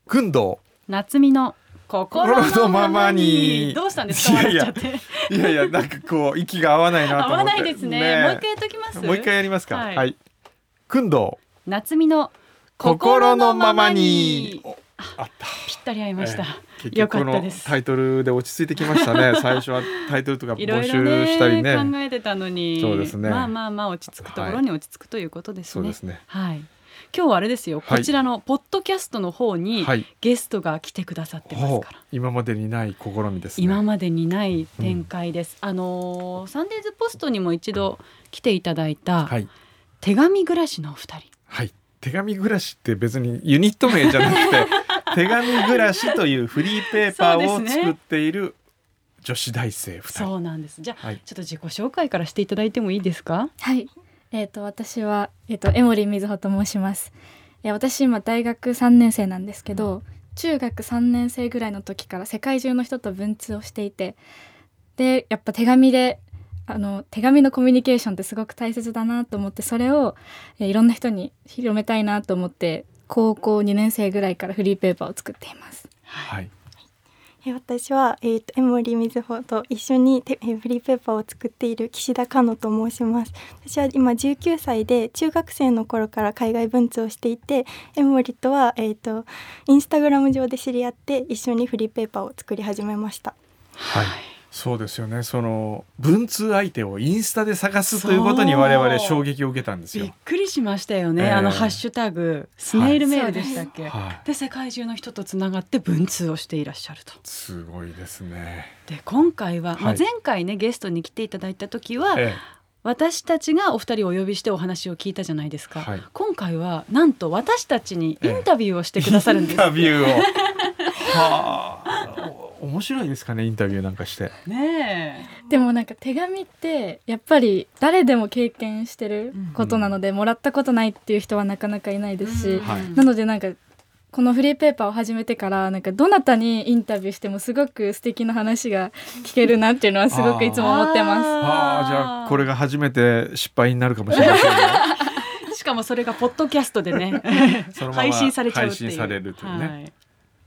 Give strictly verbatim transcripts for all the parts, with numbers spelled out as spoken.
くんどう夏美の心のままに。どうしたんですか、笑っちゃって。 いやいや、なんかこう息が合わないなと思って。 合わないですね。ね、もう一回やっときます。 もう一回やりますか。はい、はい、くんどう夏美の心のままに。あった、ぴったり合いました、えー、よかったです。 タイトルで落ち着いてきましたね。最初はタイトルとか募集したりね、 いろいろね考えてたのに。 そうですね、 まあまあまあ落ち着くところに落ち着くということですね。 そうですね、 はい。今日はあれですよ、こちらのポッドキャストの方にゲストが来てくださってますから、はい、 今までにない試みですね。 今までにない展開です、うん、あのサンデーズポストにも一度来ていただいた、はい、手紙暮らしのお二人。 はい、手紙暮らしって別にユニット名じゃなくて手紙暮らしというフリーペーパーを作っている女子大生ふたり。 そうなんです。じゃあ、はい、ちょっと自己紹介からしていただいてもいいですか。 はい、えー、と私は、えー、と江森瑞穂と申します。えー、私今大学さんねん生なんですけど、中学さんねん生ぐらいの時から世界中の人と文通をしていて、でやっぱ手紙であの手紙のコミュニケーションってすごく大切だなと思って、それを、えー、いろんな人に広めたいなと思って高校にねん生ぐらいからフリーペーパーを作っています。 はい、 私は、えー、と江森瑞穂と一緒にフリーペーパーを作っている岸田香乃と申します。私は今じゅうきゅうさいで中学生の頃から海外文通をしていて、江森とは、えー、とインスタグラム上で知り合って一緒にフリーペーパーを作り始めました。 はい、そうですよね。その文通相手をインスタで探すということに我々衝撃を受けたんですよ。 びっくりしましたよね、えー、あのハッシュタグスネイルメールでしたっけ、はい、で世界中の人とつながって文通をしていらっしゃると。 すごいですね。 で今回は、はい、まあ、前回ねゲストに来ていただいた時は、えー、私たちがお二人をお呼びしてお話を聞いたじゃないですか、はい、今回はなんと私たちにインタビューをしてくださるんです、 えー、インタビューをはあ面白いですかね、インタビューなんかしてね。えでもなんか手紙ってやっぱり誰でも経験してることなので、うん、もらったことないっていう人はなかなかいないですし、うん、はい、なのでなんかこのフリーペーパーを始めてからなんかどなたにインタビューしてもすごく素敵な話が聞けるなっていうのはすごくいつも思ってます。 ああ、じゃあこれが初めて失敗になるかもしれませんねしかもそれがポッドキャストでねそのまま配信されちゃうっていう、 配信されるというね、はい、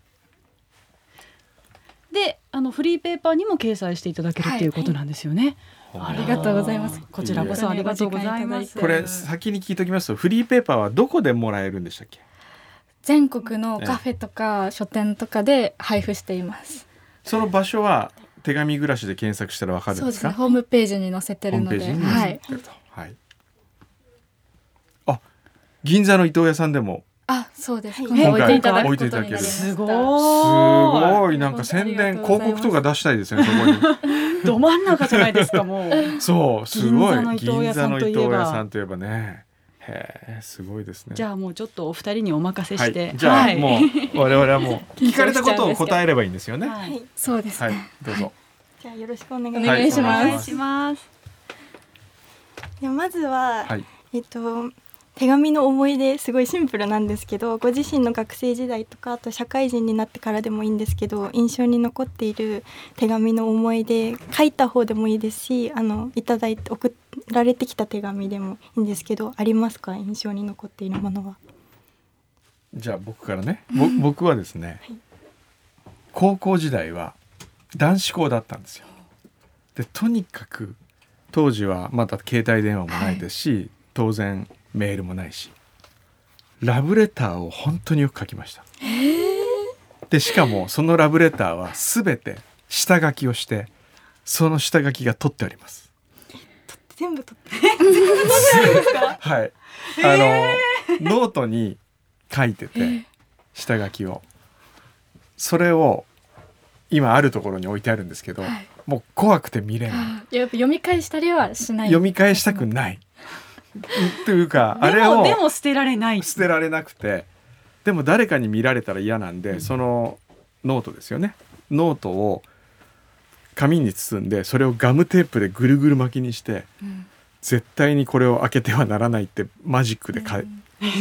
であのフリーペーパーにも掲載していただけるっていうことなんですよね、 はい、ありがとうございます。 こちらこそありがとうございます。 これ先に聞いておきますと、フリーペーパーはどこでもらえるんでしたっけ。 全国のカフェとか書店とかで配布しています。 その場所は手紙暮らしで検索したらわかるんですか。 そうですね、ホームページに載せてるので、はい、 はい、あ、銀座の伊藤屋さんでも。 あ、そうです。 今回置いていただくことになりました。すごい。すごい、なんか宣伝広告とか出したいですね、そこに。 ど真ん中じゃないですか、もう。 そう、すごい。銀座の伊藤屋さんといえばね。へえ、すごいですね。 じゃあもうちょっとお二人にお任せして、 はい、じゃあ、はい、もう我々はもう聞かれたことを答えればいいんですよね。 はい、そうですね。はい、 どうぞ。 じゃあよろしくお願いします。お願いします。 ではまずは、はい、えっと手紙の思い出、すごいシンプルなんですけど、ご自身の学生時代とかあと社会人になってからでもいいんですけど、印象に残っている手紙の思い出、書いた方でもいいですし、あのいただいて送られてきた手紙でもいいんですけど、ありますか、印象に残っているものは。 じゃあ僕からね、ぼ僕はですね、はい、高校時代は男子校だったんですよ。でとにかく当時はまだ携帯電話もないですし、はい、当然メールもないし、ラブレターを本当によく書きました。でしかもそのラブレターは全て下書きをして、その下書きが取ってあります。 全部取ってはい、あのノートに書いてて、下書きを、それを今あるところに置いてあるんですけど、はい、もう怖くて見れない。 やっぱ読み返したりはしない。 読み返したくないというか、あれをでも捨てられない、 捨てられなくて、でも誰かに見られたら嫌なんで、うん、そのノートですよね、ノートを紙に包んで、それをガムテープでぐるぐる巻きにして、うん、絶対にこれを開けてはならないってマジックでか、うん、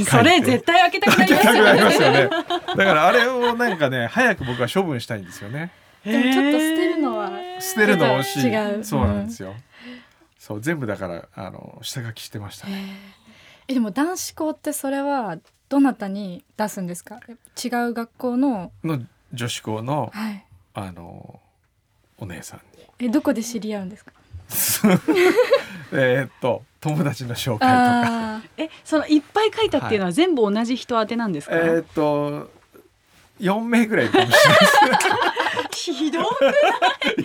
それ絶対開けたくなりますよね。 開けたくなりますよね。だからあれをなんかね、早く僕は処分したいんですよね。 でもちょっと捨てるのは捨てるの惜しい。 違う。 そうなんですよ、うん、そう全部だからあの下書きしてましたね。 えでも男子校ってそれはどなたに出すんですか？違う学校のの女子校の、 はい、 あのお姉さんに。 えどこで知り合うんですか？ えっと友達の紹介とか。 えそのいっぱい書いたっていうのは全部同じ人宛てなんですか？ はい、えっとよんめいぐらいかもしれないです。ひどくない？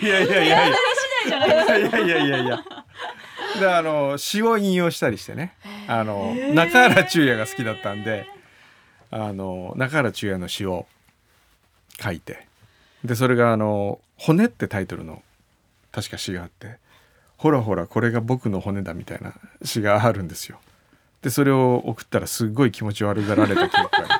いやいやいやいやいやいやいやいやいやいやであの詩を引用したりしてね、あの中原中也が好きだったんで、あの中原中也の詩を書いて、でそれがあの骨ってタイトルの確か詩があって、ほらほらこれが僕の骨だみたいな詩があるんですよ。でそれを送ったらすごい気持ち悪がられた記憶があり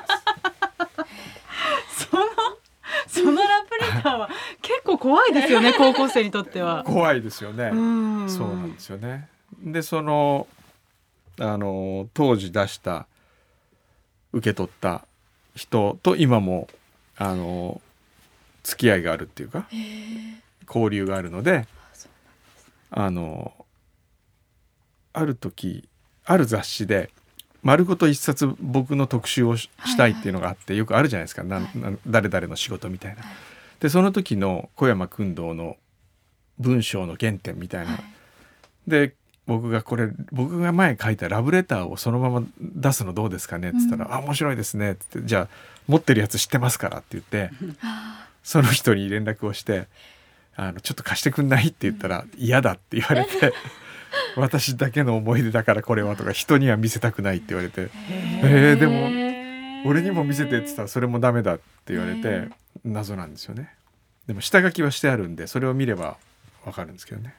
ますそのそのラブレターは結構怖いですよね高校生にとっては。 怖いですよね。 うんそうなんですよね。でそのあの当時出した受け取った人と今もあの付き合いがあるっていうか交流があるので、あのある時ある雑誌で丸ごと一冊僕の特集を し,、はいはい、したいっていうのがあって、よくあるじゃないですか、なな誰々の仕事みたいな、はい、でその時の小山薫堂の文章の原点みたいな、はい、で僕がこれ僕が前書いたラブレターをそのまま出すのどうですかねって言ったら、うん、あ面白いですねって言って、じゃあ持ってるやつ知ってますからって言ってその人に連絡をして、あのちょっと貸してくんないって言ったら、うん、嫌だって言われて私だけの思い出だからこれはとか、人には見せたくないって言われて、えー、でも俺にも見せてって言ったらそれもダメだって言われて、謎なんですよね。でも下書きはしてあるんでそれを見ればわかるんですけどね。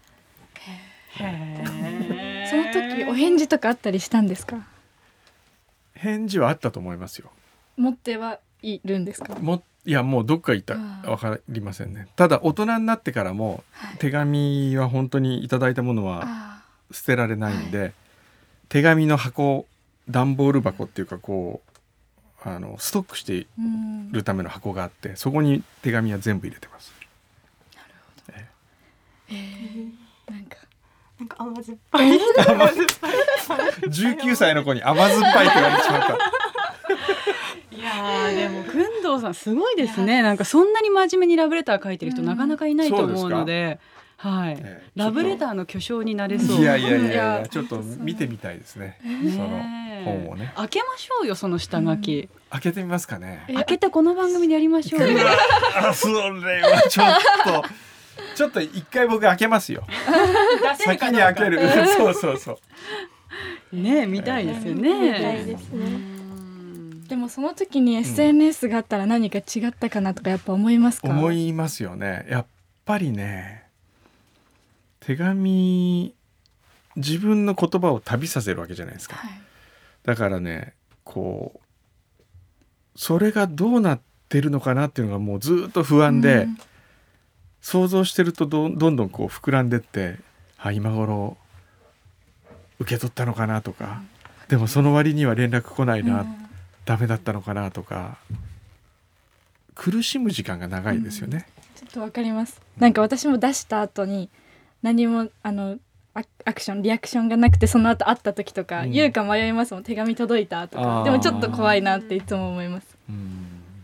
へその時お返事とかあったりしたんですか？ 返事はあったと思いますよ。 持ってはいるんですか？ もいやもうどっか行った分かりませんね。ただ大人になってからも、はい、手紙は本当にいただいたものは捨てられないんで、はい、手紙の箱、段ボール箱っていうかこうあのストックしているための箱があって、そこに手紙は全部入れてます。 なるほど。ええー、なんかなんか甘酸っぱい甘酸っぱいじゅうきゅうさいの子に甘酸っぱいって言われてしまったいやでも薫堂さんすごいですね。なんかそんなに真面目にラブレター書いてる人なかなかいないと思うので、はい、えー、ラブレターの巨匠になれそう。 いやいやいやいやちょっと見てみたいですね、その本をね。 開けましょうよその下書き、 うん、開けてみますかね。 開けてこの番組でやりましょうよあそれはちょっとちょっと一回僕開けますよ先に開けるそうそうそうねえ見たいですよね、 見たいですね。 でもその時に エスエヌエス があったら何か違ったかなとかやっぱ思いますか？ 思いますよね。やっぱりね、手紙自分の言葉を旅させるわけじゃないですか、はい、だからねこうそれがどうなってるのかなっていうのがもうずっと不安で、うん、想像してると ど, どんどんこう膨らんでって、あ今頃受け取ったのかなとか、うん、でもその割には連絡来ないな、うん、ダメだったのかなとか苦しむ時間が長いですよね、 うん、ちょっとわかります。なんか私も出した後に何もあのアクションリアクションがなくてその後会った時とか、うん、言うか迷いますもん。手紙届いたとか。でもちょっと怖いなっていつも思います。 うん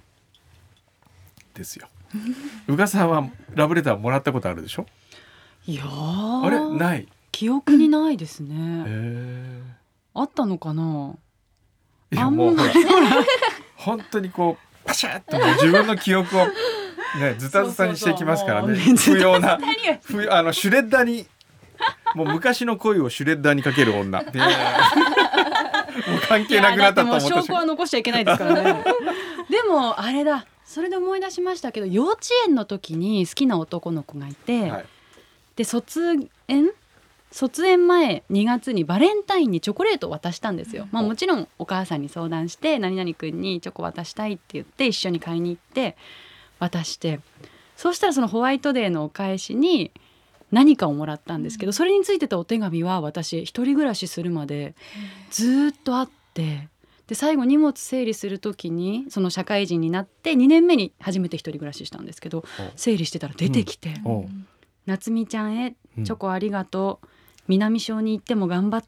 ですよ宇賀さんはラブレターもらったことあるでしょ？ いやあれない記憶にないですね、 へーあったのかな。 いやもうほら本当にこうパシャッと自分の記憶をねズタズタにしていきますからね。不要な不あのシュレッダーにもう昔の恋をシュレッダーにかける女もう関係なくなったと思ったし、 証拠は残しちゃいけないですからねでもあれだ、それで思い出しましたけど、幼稚園の時に好きな男の子がいて、はい、で卒園卒園前にがつにバレンタインにチョコレートを渡したんですよ、うんまあ、もちろんお母さんに相談して何々くんにチョコ渡したいって言って一緒に買いに行って渡して、そうしたらそのホワイトデーのお返しに何かをもらったんですけど、それについてたお手紙は私一人暮らしするまでずっとあって、で最後荷物整理する時にその社会人になってにねんめに初めて一人暮らししたんですけど、整理してたら出てきて、うん、夏美ちゃんへチョコありがとう、南小に行っても頑張ってねっ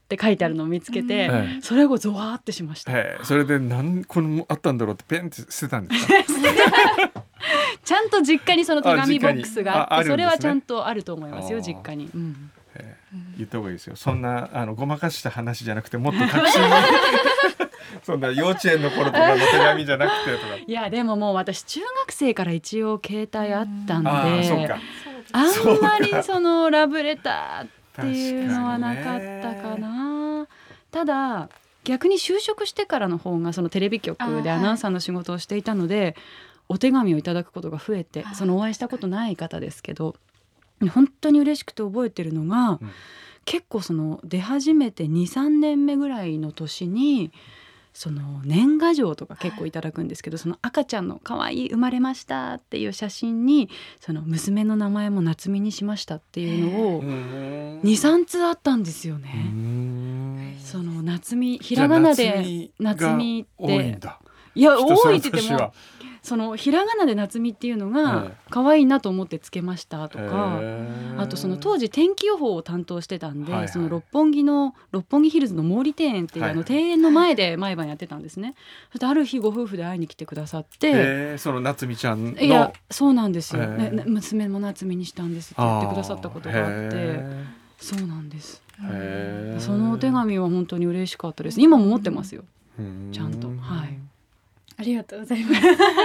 って書いてあるのを見つけて、 ええ、 それをゾワーってしました。 ええ、それで何これもあったんだろうってペンって捨てたんですか？ ちゃんと実家にその手紙ボックスがあって、 あ、 それはちゃんとあると思いますよ、実家に、うん、 ええ、言った方がいいですよ。そんなあのごまかした話じゃなくて、もっと確信にそんな幼稚園の頃とかの手紙じゃなくてとか。 いやでももう私中学生から一応携帯あったんで、 あ、そうか、 あんまりそのラブレターっていうのはなかったかな。ただ逆に就職してからの方がそのテレビ局でアナウンサーの仕事をしていたので、はい、お手紙をいただくことが増えて、そのお会いしたことない方ですけど本当に嬉しくて覚えてるのが、うん、結構その出始めて にさんねんめぐらいの年にその年賀状とか結構いただくんですけど、はい、その赤ちゃんの可愛い生まれましたっていう写真にその娘の名前も夏美にしましたっていうのを にさん 通あったんですよね。その夏美ひらがなで夏美っていや多いって言ってもそのひらがなで夏美っていうのが可愛いなと思ってつけましたとか、あとその当時天気予報を担当してたんで、はいはい、その六本木の六本木ヒルズの毛利庭園っていう、はい、あの庭園の前で毎晩やってたんですね。そしてある日ご夫婦で会いに来てくださって、 その夏美ちゃんのいやそうなんですよ、ね、娘も夏美にしたんですって言ってくださったことがあって、そうなんです。そのお手紙は本当に嬉しかったです。今も持ってますよ、ちゃんと。はい、 ありがとうございます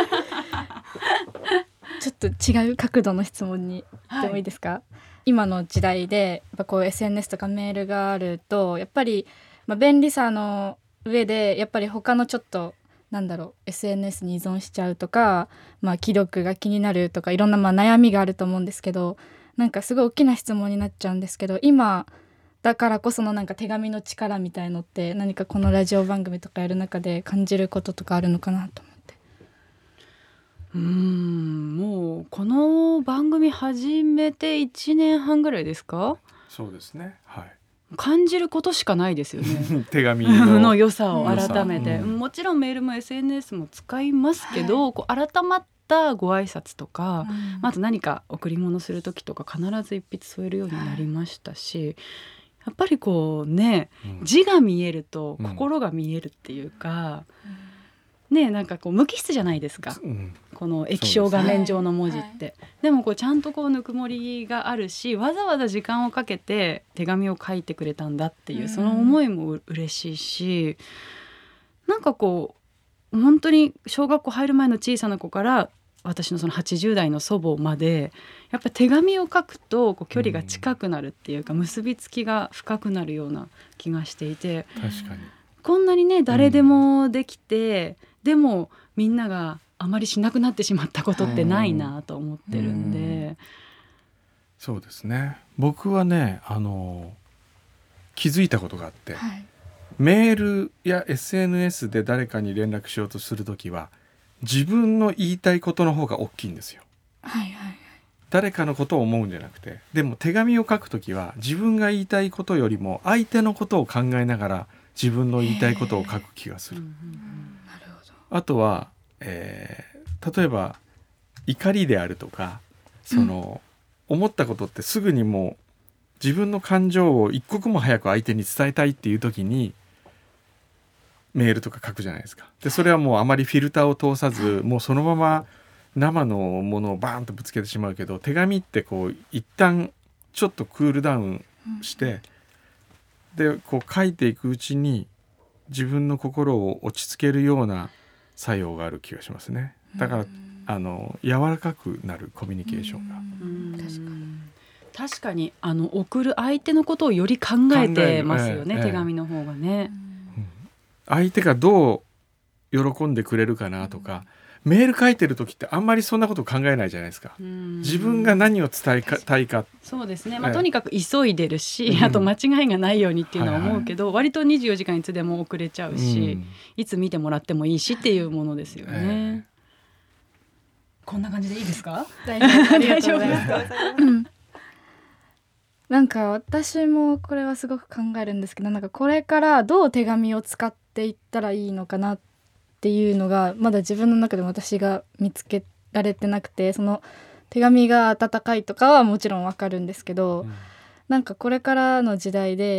ちょっと違う角度の質問にでもいいですか？はい、今の時代でやっぱこう エスエヌエス とかメールがあるとやっぱり、まあ、便利さの上でやっぱり他のちょっとなんだろう エスエヌエス に依存しちゃうとか、まあ、既読が気になるとかいろんなまあ悩みがあると思うんですけど、なんかすごい大きな質問になっちゃうんですけど、今だからこそのなんか手紙の力みたいのって何かこのラジオ番組とかやる中で感じることとかあるのかなと思って。 うーんもうこの番組始めていちねんはんぐらいですか？ そうですね、はい、 感じることしかないですよね手紙 の, の良さを改めて、うん、もちろんメールも エスエヌエス も使いますけど、はい、こう改まったご挨拶とか、うん、あと何か贈り物する時とか必ず一筆添えるようになりましたし、はい、やっぱりこうね、うん、字が見えると心が見えるっていうか、うん、ねなんかこう無機質じゃないですか、うん、この液晶画面上の文字って、で, ねはい、でもこうちゃんとこうぬくもりがあるし、わざわざ時間をかけて手紙を書いてくれたんだっていう、うん、その思いも嬉しいし、なんかこう本当に小学校入る前の小さな子から私のそのはちじゅう代の祖母までやっぱ手紙を書くとこう距離が近くなるっていうか、うん、結びつきが深くなるような気がしていて、 確かにこんなにね誰でもできて、うん、でもみんながあまりしなくなってしまったことってないなと思ってるんで、うん、 そうですね。僕はねあの気づいたことがあって、はい、メールや エスエヌエス で誰かに連絡しようとするときは自分の言いたいことの方が大きいんですよ、 はいはいはい、 誰かのことを思うんじゃなくて。でも手紙を書くときは自分が言いたいことよりも相手のことを考えながら自分の言いたいことを書く気がする、うんうんうん、なるほど。あとは、えー、例えば怒りであるとかその、うん、思ったことってすぐにもう自分の感情を一刻も早く相手に伝えたいっていうときにメールとか書くじゃないですか。でそれはもうあまりフィルターを通さずもうそのまま生のものをバーンとぶつけてしまうけど、手紙ってこう一旦ちょっとクールダウンして、うん、でこう書いていくうちに自分の心を落ち着けるような作用がある気がしますね。だから、うん、あの柔らかくなるコミュニケーションが、うん、 確かに確かにあの送る相手のことをより考えてますよね、ええ、手紙の方がね、 うん、相手がどう喜んでくれるかなとか、うん、メール書いてる時ってあんまりそんなこと考えないじゃないですか、うん、自分が何を伝えたいか。 そうですね、まあ、とにかく急いでるし、うん、あと間違いがないようにっていうのは思うけど、はいはい、割とにじゅうよじかんいつでも送れちゃうし、うん、いつ見てもらってもいいしっていうものですよね、えー、こんな感じでいいですか？ 大丈夫、ありがとうございますうんなんか私もこれはすごく考えるんですけど、なんかこれからどう手紙を使っていったらいいのかなっていうのがまだ自分の中でも私が見つけられてなくて、その手紙が温かいとかはもちろんわかるんですけど、うん、なんかこれからの時代で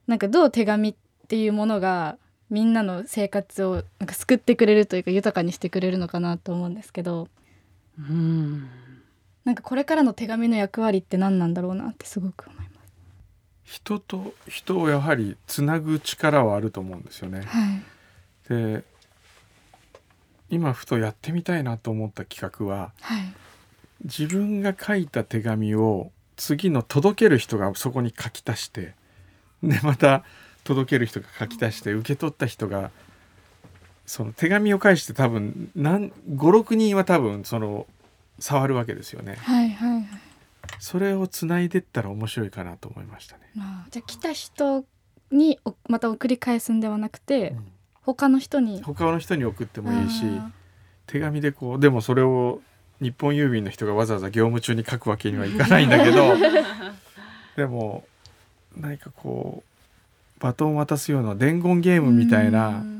なんかどう手紙っていうものがみんなの生活をなんか救ってくれるというか豊かにしてくれるのかなと思うんですけど、 うん、 なんかこれからの手紙の役割って何なんだろうなってすごく思います。 人と人をやはりつなぐ力はあると思うんですよね、 はい、 で今ふとやってみたいなと思った企画は、 はい、 自分が書いた手紙を次の届ける人がそこに書き足して、でまた届ける人が書き足して、受け取った人がその手紙を返して多分ごろくにんは多分その触るわけですよね、 はいはいはい、 それをつないでったら面白いかなと思いましたね。 ああ、じゃあ来た人にまた送り返すんではなくて、うん、他の人に他の人に送ってもいいし、手紙でこう、でもそれを日本郵便の人がわざわざ業務中に書くわけにはいかないんだけどでも何かこうバトンを渡すような伝言ゲームみたいな、確かに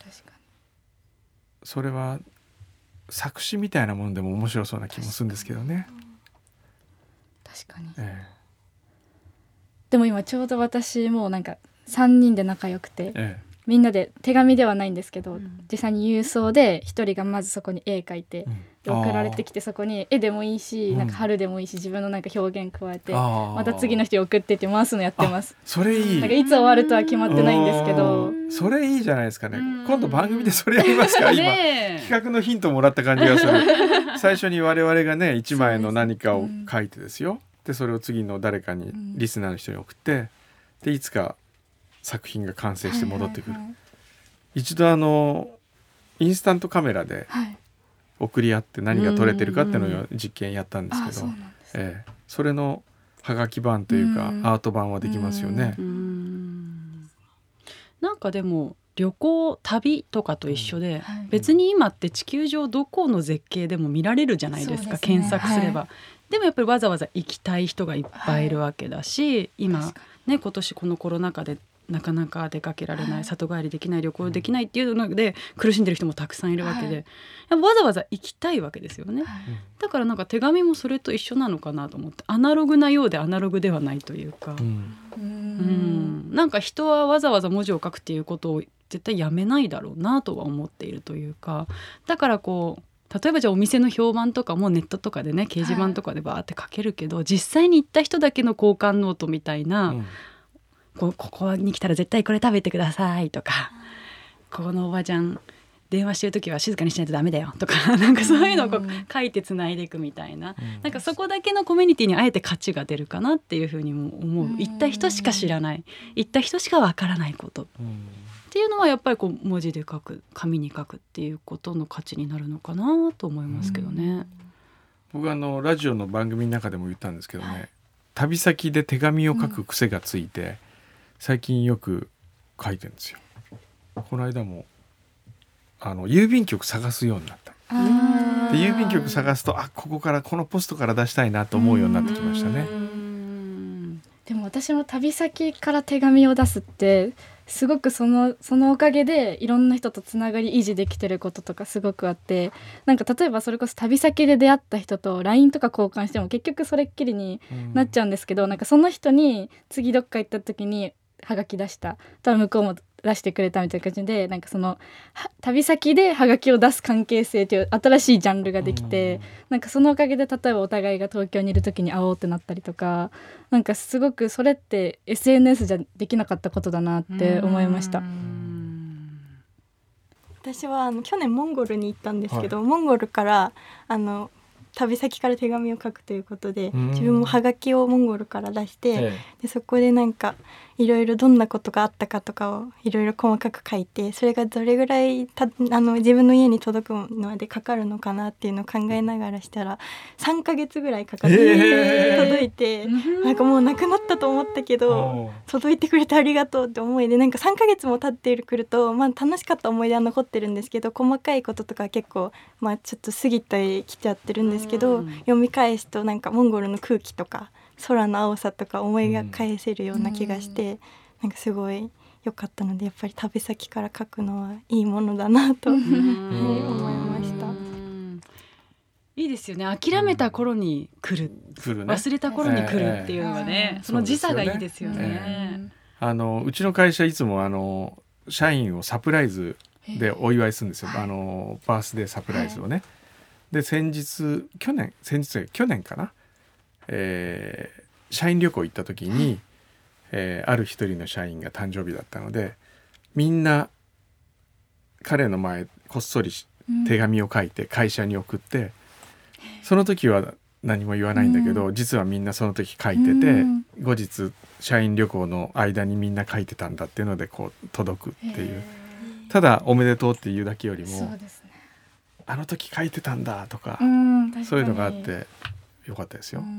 それは作詞みたいなものでも面白そうな気もするんですけどね。 確かに、 ええ、 でも今ちょうど私もなんかさんにんで仲良くて、ええ、みんなで手紙ではないんですけど、うん、実際に郵送でひとりがまずそこに絵描いて、うん、で送られてきて、そこに絵でもいいし、なんか春でもいいし、自分のなんか表現加えて、また次の人に送ってって回すのやってます。 それいい。 なんかいつ終わるとは決まってないんですけど、 それいいじゃないですかね。今度番組でそれやりますか。今企画のヒントもらった感じがする最初に我々がねいちまいの何かを書いてですよ、でそれを次の誰かにリスナーの人に送って、でいつか作品が完成して戻ってくる、はいはいはい、一度あのインスタントカメラで送り合って何が撮れてるかっていうのを実験やったんですけど、そ, ええ、それのはがき版というかアート版はできますよね。 うーん、なんかでも旅行旅とかと一緒で、うん、はい、別に今って地球上どこの絶景でも見られるじゃないですか、ですね、検索すれば、はい、でもやっぱりわざわざ行きたい人がいっぱいいるわけだし、はい、今ね今年このコロナ禍でなかなか出かけられない、はい、里帰りできない旅行できないっていうので苦しんでる人もたくさんいるわけで、はい、やっぱわざわざ行きたいわけですよね、はい、だからなんか手紙もそれと一緒なのかなと思って、アナログなようでアナログではないというか、うん、うんなんか人はわざわざ文字を書くっていうことを絶対やめないだろうなとは思っているというか、だからこう例えばじゃあお店の評判とかもネットとかでね掲示板とかでバーって書けるけど、はい、実際に行った人だけの交換ノートみたいな、うん、こ, ここに来たら絶対これ食べてくださいとか、ここのおばちゃん電話してるときは静かにしないとダメだよとかなんかそういうのをこう書いてつないでいくみたいな、うん、なんかそこだけのコミュニティにあえて価値が出るかなっていうふうにも思う。行った人しか知らない、行った人しかわからないこと、うん、っていうのはやっぱりこう文字で書く、紙に書くっていうことの価値になるのかなと思いますけどね、うん、 僕はあのラジオの番組の中でも言ったんですけどね、はい、旅先で手紙を書く癖がついて、うん、最近よく書いてるんですよ。この間もあの郵便局探すようになった。で郵便局探すと、あここからこのポストから出したいなと思うようになってきましたね。 でも私も旅先から手紙を出すってすごくその、そのおかげでいろんな人とつながり維持できてることとかすごくあって、なんか例えばそれこそ旅先で出会った人と ライン とか交換しても結局それっきりになっちゃうんですけど、なんかその人に次どっか行った時にはがき出したただ向こうも出してくれたみたいな感じで、なんかその旅先ではがきを出す関係性という新しいジャンルができて、なんかそのおかげで例えばお互いが東京にいる時に会おうってなったりとか、なんかすごくそれって エスエヌエス じゃできなかったことだなって思いました。 私はあの去年モンゴルに行ったんですけど、はい、モンゴルからあの旅先から手紙を書くということで、自分もハガキをモンゴルから出して、ええ、でそこでなんかいろいろどんなことがあったかとかをいろいろ細かく書いて、それがどれぐらいたあの自分の家に届くのまでかかるのかなっていうのを考えながらしたらさんかげつぐらいかかって、えー、届いて、なんかもうなくなったと思ったけど届いてくれてありがとうって思いで、なんかさんかげつも経ってくると、まあ、楽しかった思い出は残ってるんですけど、細かいこととか結構、まあ、ちょっと過ぎてきちゃってるんですけど、読み返すとなんかモンゴルの空気とか空の青さとか思いが返せるような気がして、うん、なんかすごい良かったので、やっぱり旅先から書くのはいいものだなと、はい、思いました。 いいですよね。諦めた頃に来る、うん、忘れた頃に来るっていうのがね、えー、その時差がいいですよね。 えあのうちの会社いつもあの社員をサプライズでお祝いするんですよ、あのバースデーサプライズをね、はい、で先日去年先日去年かな、えー、社員旅行行った時に、えー、ある一人の社員が誕生日だったのでみんな彼の前こっそり手紙を書いて会社に送って、うん、その時は何も言わないんだけど、うん、実はみんなその時書いてて、うん、後日社員旅行の間にみんな書いてたんだっていうのでこう届くっていう、ただおめでとうっていうだけよりも、そうですね、あの時書いてたんだとか、うん、そういうのがあってよかったですよ、うん、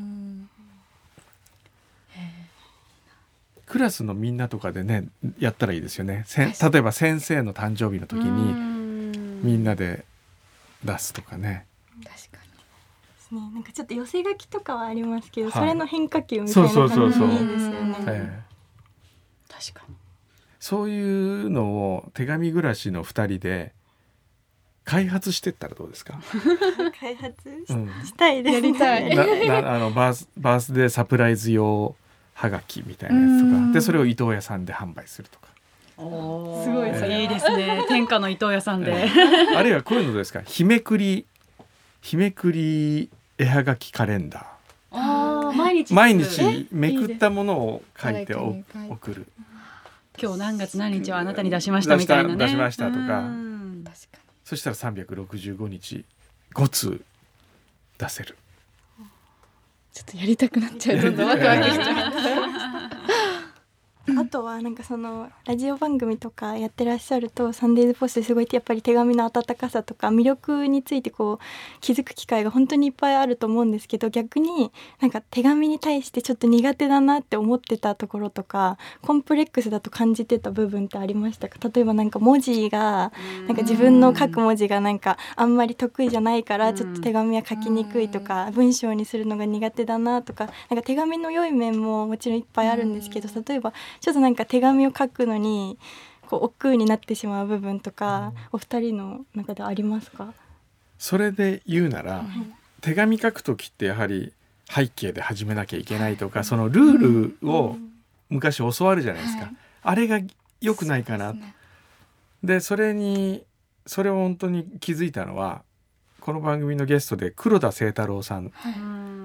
クラスのみんなとかでねやったらいいですよね。例えば先生の誕生日の時にみんなで出すとかね。 確かに、ね、なんかちょっと寄せ書きとかはありますけど、はい、それの変化球みたいな感じでいいですよね。 確かにそういうのを手紙暮らしのふたりで開発してったらどうですか？ 開発 し,、うん、したいですね。やりたいななあのバース、バースデーサプライズ用はがきみたいなやつとかで、それを伊藤屋さんで販売するとか。 おすごい、えー、いいですね。天下の伊藤屋さんで、えー、あるいはこういうのですか？日めくり日めくり絵はがきカレンダー。 あ毎日毎日めくったものを書いてお送る。 今日何月何日はあなたに出しましたみたいなね。 出しましたとか。確かに。そしたらさんびゃくろくじゅうごにちご通出せる。 ちょっとやりたくなっちゃう。どんどんワクワクしちゃう。 あとはなんかそのラジオ番組とかやってらっしゃるとサンデーズポストですごいやっぱり手紙の温かさとか魅力についてこう気づく機会が本当にいっぱいあると思うんですけど、逆になんか手紙に対してちょっと苦手だなって思ってたところとかコンプレックスだと感じてた部分ってありましたか？例えばなんか文字がなんか自分の書く文字がなんかあんまり得意じゃないからちょっと手紙は書きにくいとか文章にするのが苦手だなとか、なんか手紙の良い面ももちろんいっぱいあるんですけど、例えばちょっとなんか手紙を書くのにこう億劫になってしまう部分とか、お二人の中でありますか？ それで言うなら、うん、手紙書くときってやはり背景で始めなきゃいけないとか、そのルールを昔教わるじゃないですか、はい、あれが良くないかな。 そ, で、ね、でそれにそれを本当に気づいたのはこの番組のゲストで黒田清太郎さん、はい、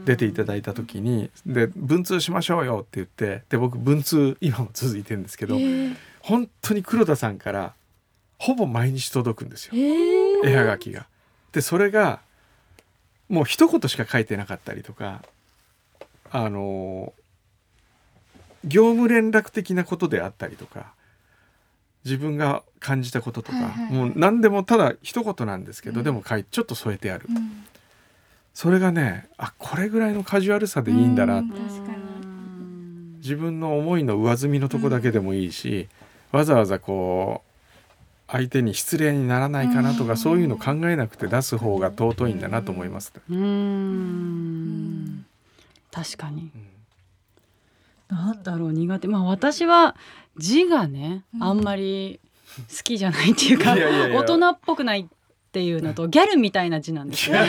出ていただいた時にで文通しましょうよって言って、で僕文通今も続いてるんですけど、えー、本当に黒田さんからほぼ毎日届くんですよ、えー、絵はがきが。でそれがもう一言しか書いてなかったりとか、あの業務連絡的なことであったりとか自分が感じたこととか、はいはい、もう何でもただ一言なんですけど、うん、でも書いちょっと添えてある、うん、それがね、あこれぐらいのカジュアルさでいいんだな、うん、確かに自分の思いの上積みのとこだけでもいいし、うん、わざわざこう相手に失礼にならないかなとか、うん、そういうの考えなくて出す方が尊いんだなと思います、ね、うーん確かに、うん、なんだろう苦手、まあ私は字がね、うん、あんまり好きじゃないっていうか、いやいやいや大人っぽくないっていうのとギャルみたいな字なんですよ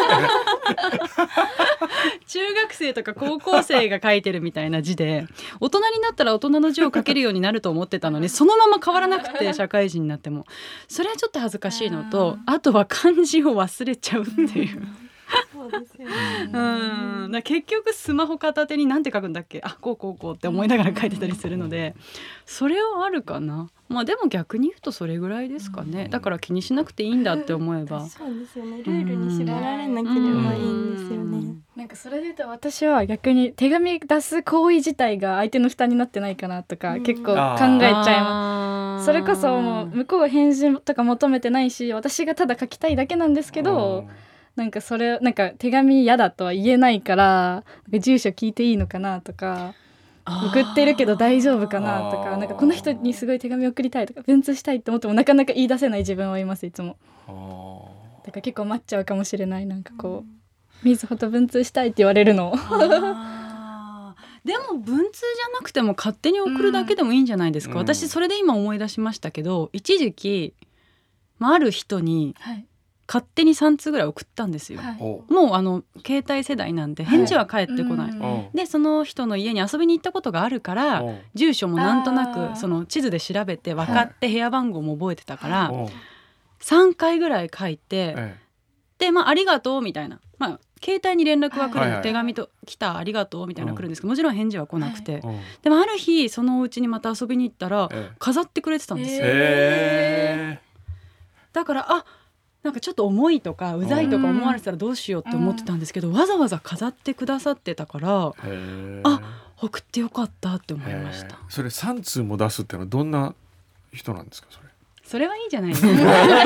中学生とか高校生が書いてるみたいな字で、大人になったら大人の字を書けるようになると思ってたのにそのまま変わらなくて、社会人になってもそれはちょっと恥ずかしいのと、あとは漢字を忘れちゃうっていうそうですよね、うん、だ結局スマホ片手になんて書くんだっけ、あこうこうこうって思いながら書いてたりするので、それはあるかな。まあでも逆に言うとそれぐらいですかね、だから気にしなくていいんだって思えば、 そうですよね、ルールに縛られなければいいんですよね。 なんかそれで言うと私は逆に手紙出す行為自体が相手の負担になってないかなとか結構考えちゃいます。それこそもう向こうは返事とか求めてないし、私がただ書きたいだけなんですけど、なんかそれなんか手紙嫌だとは言えないから、住所聞いていいのかなとか、送ってるけど大丈夫かなとか、なんかこの人にすごい手紙送りたいとか文通したいって思ってもなかなか言い出せない自分はいます、いつも。だから結構待っちゃうかもしれない。なんかこうみずほと文通したいって言われるのあでも文通じゃなくても勝手に送るだけでもいいんじゃないですか、うん、私それで今思い出しましたけど、一時期、まあ、ある人に勝手にさん通ぐらい送ったんですよ、はい、もうあの携帯世代なんで返事は返ってこない、はい、でその人の家に遊びに行ったことがあるから住所もなんとなくその地図で調べて分かって部屋番号も覚えてたからさんかいぐらい書いて、はい、でまあありがとうみたいな、まあ携帯に連絡は来る、はい、手紙と来たありがとうみたいなの来るんですけど、もちろん返事は来なくて、はい、でもある日そのお家にまた遊びに行ったら飾ってくれてたんですよ、えー、だからあなんかちょっと重いとかうざいとか思われてたらどうしようって思ってたんですけど、わざわざ飾ってくださってたからあ送ってよかったって思いました。 それさん通も出すってのはどんな人なんですか？それそれはいいじゃないですか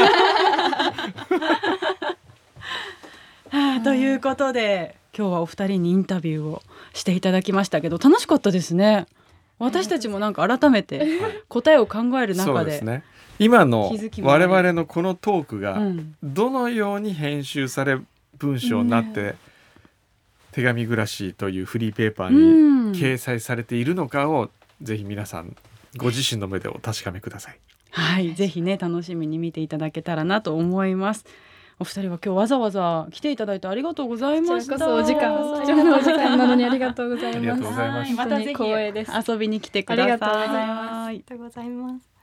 はあ、ということで今日はお二人にインタビューをしていただきましたけど楽しかったですね。私たちもなんか改めて答えを考える中で、 そうですね、今の我々のこのトークがどのように編集され文章になって手紙暮らしというフリーペーパーに掲載されているのかをぜひ皆さんご自身の目でお確かめください。 はい、ぜひね楽しみに見ていただけたらなと思います。お二人は今日わざわざ来ていただいてありがとうございました。 こちらこそお時間貴重なお時間なのにありがとうございます。 ありがとうございます。 またぜひ遊びに来てください。 ありがとうございます。 ありがとうございます。